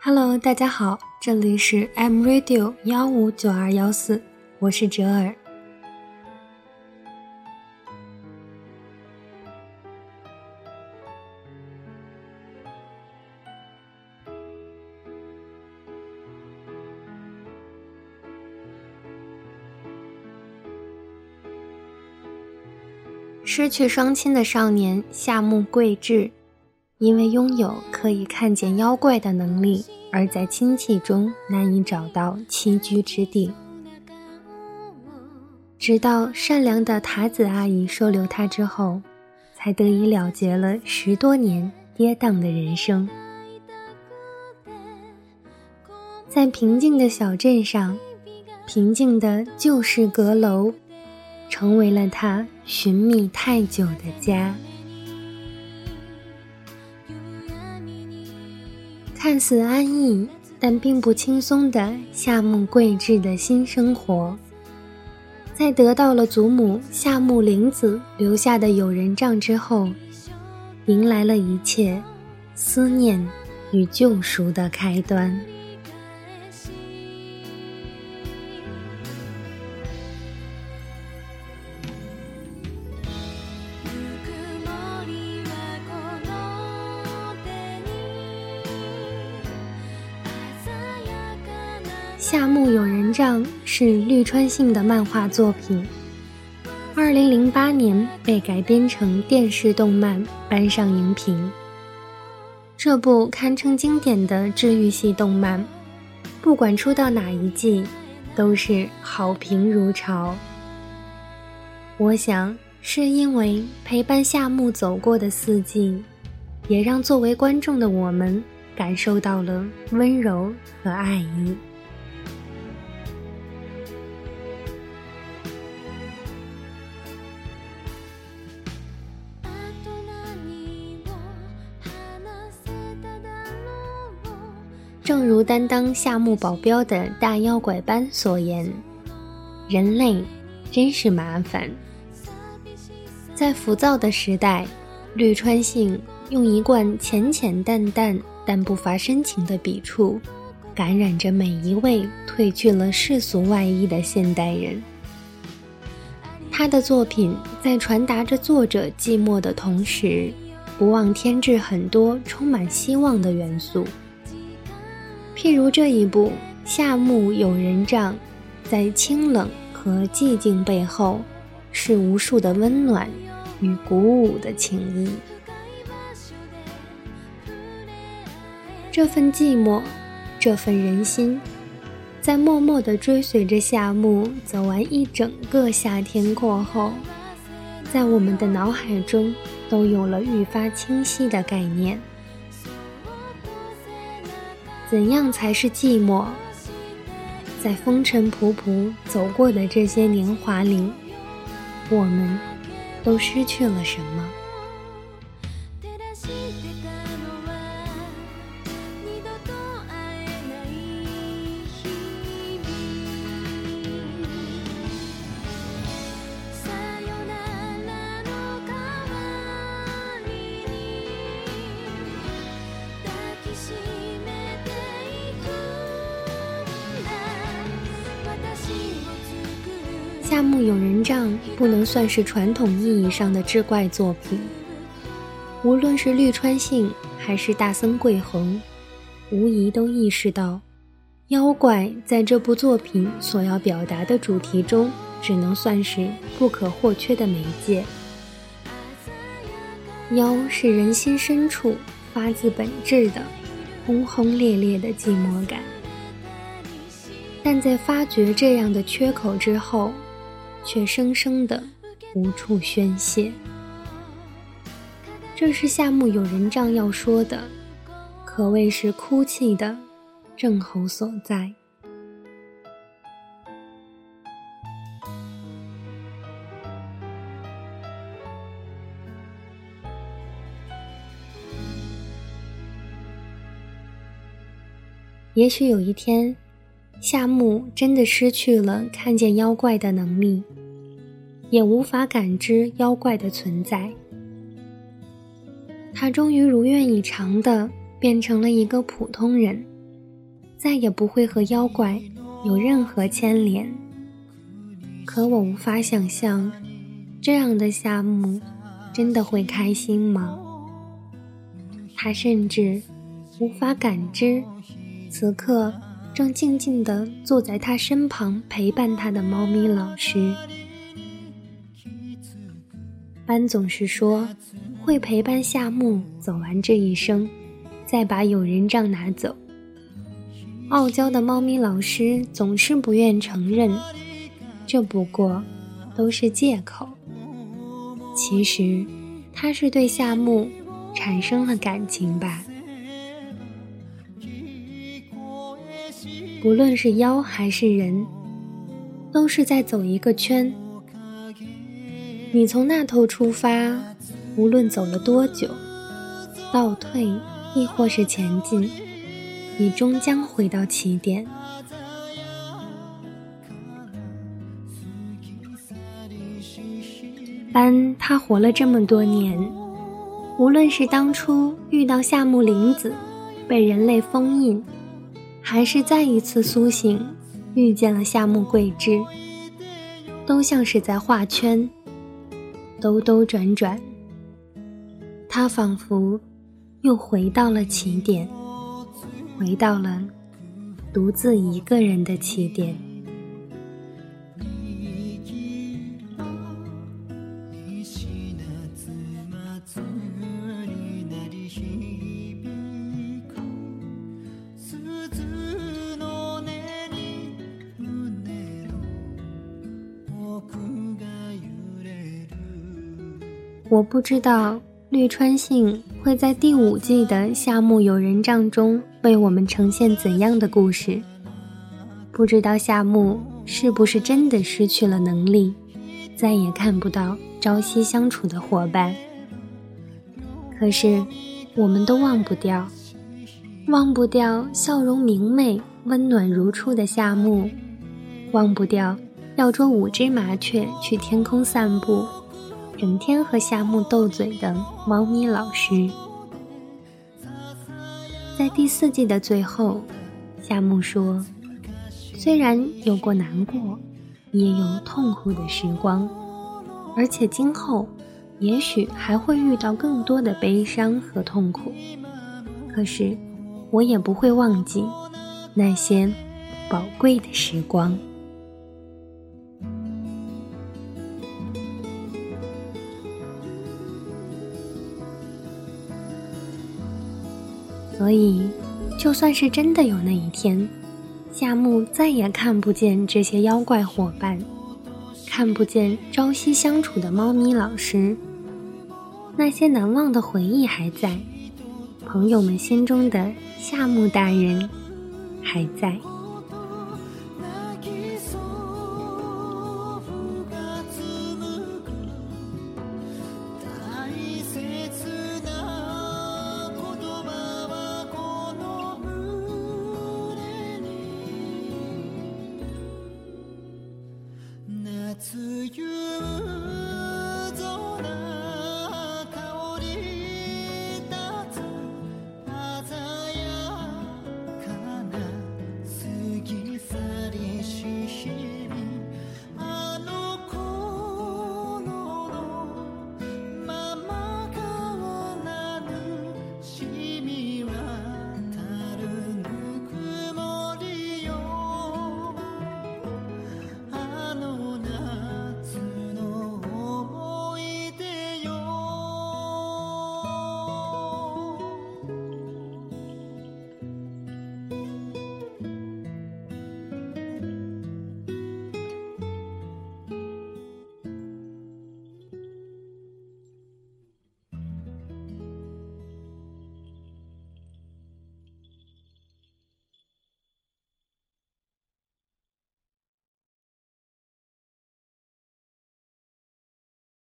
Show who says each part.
Speaker 1: Hello， 大家好，这里是 M Radio 159214，我是哲尔。失去双亲的少年夏目贵志，因为拥有可以看见妖怪的能力，而在亲戚中难以找到栖居之地。直到善良的塔子阿姨收留他之后，才得以了结了10多年跌宕的人生。在平静的小镇上，平静的旧式阁楼成为了他寻觅太久的家。看似安逸但并不轻松的夏目贵志的新生活，在得到了祖母夏目玲子留下的友人帐之后，迎来了一切思念与救赎的开端。夏目友人帐是绿川信的漫画作品，2008年被改编成电视动漫搬上荧屏。这部堪称经典的治愈系动漫，不管出到哪一季都是好评如潮。我想是因为陪伴夏目走过的4季，也让作为观众的我们感受到了温柔和爱意。正如担当夏目保镖的大妖怪班所言，人类真是麻烦。在浮躁的时代，绿川信用一贯浅浅淡淡但不乏深情的笔触，感染着每一位褪去了世俗外衣的现代人。他的作品在传达着作者寂寞的同时，不忘添置很多充满希望的元素。譬如这一部夏目友人帐，在清冷和寂静背后，是无数的温暖与鼓舞的情谊。这份寂寞，这份人心，在默默地追随着夏目走完一整个夏天过后，在我们的脑海中都有了愈发清晰的概念。怎样才是寂寞？在风尘仆仆走过的这些年华里，我们都失去了什么？夏目友人帐不能算是传统意义上的志怪作品，无论是绿川信还是大森贵恒，无疑都意识到妖怪在这部作品所要表达的主题中只能算是不可或缺的媒介。妖是人心深处发自本质的轰轰烈烈的寂寞感，但在发掘这样的缺口之后，却生生的无处宣泄。这是夏目友人帐要说的，可谓是哭泣的症候所在。也许有一天，夏目真的失去了看见妖怪的能力，也无法感知妖怪的存在。他终于如愿以偿地变成了一个普通人， 再也不会和妖怪有任何牵连。可我无法想象，这样的夏目真的会开心吗？他甚至无法感知，此刻正静静地坐在他身旁陪伴他的猫咪老师。班总是说会陪伴夏目走完这一生，再把有人帐拿走。傲娇的猫咪老师总是不愿承认，这不过都是借口。其实他是对夏目产生了感情吧。不论是妖还是人，都是在走一个圈。你从那头出发，无论走了多久，倒退亦或是前进，你终将回到起点。班他活了这么多年，无论是当初遇到夏目玲子被人类封印，还是再一次苏醒遇见了夏目贵之，都像是在画圈，兜兜转转，他仿佛又回到了起点，回到了独自一个人的起点。我不知道绿川信会在第5季的夏目友人帐中为我们呈现怎样的故事，不知道夏目是不是真的失去了能力，再也看不到朝夕相处的伙伴。可是我们都忘不掉笑容明媚温暖如初的夏目，忘不掉要捉5只麻雀去天空散步，整天和夏目斗嘴的猫咪老师。在第4季的最后，夏目说，虽然有过难过，也有痛苦的时光，而且今后也许还会遇到更多的悲伤和痛苦，可是我也不会忘记那些宝贵的时光。所以就算是真的有那一天，夏目再也看不见这些妖怪伙伴，看不见朝夕相处的猫咪老师，那些难忘的回忆还在，朋友们心中的夏目大人还在。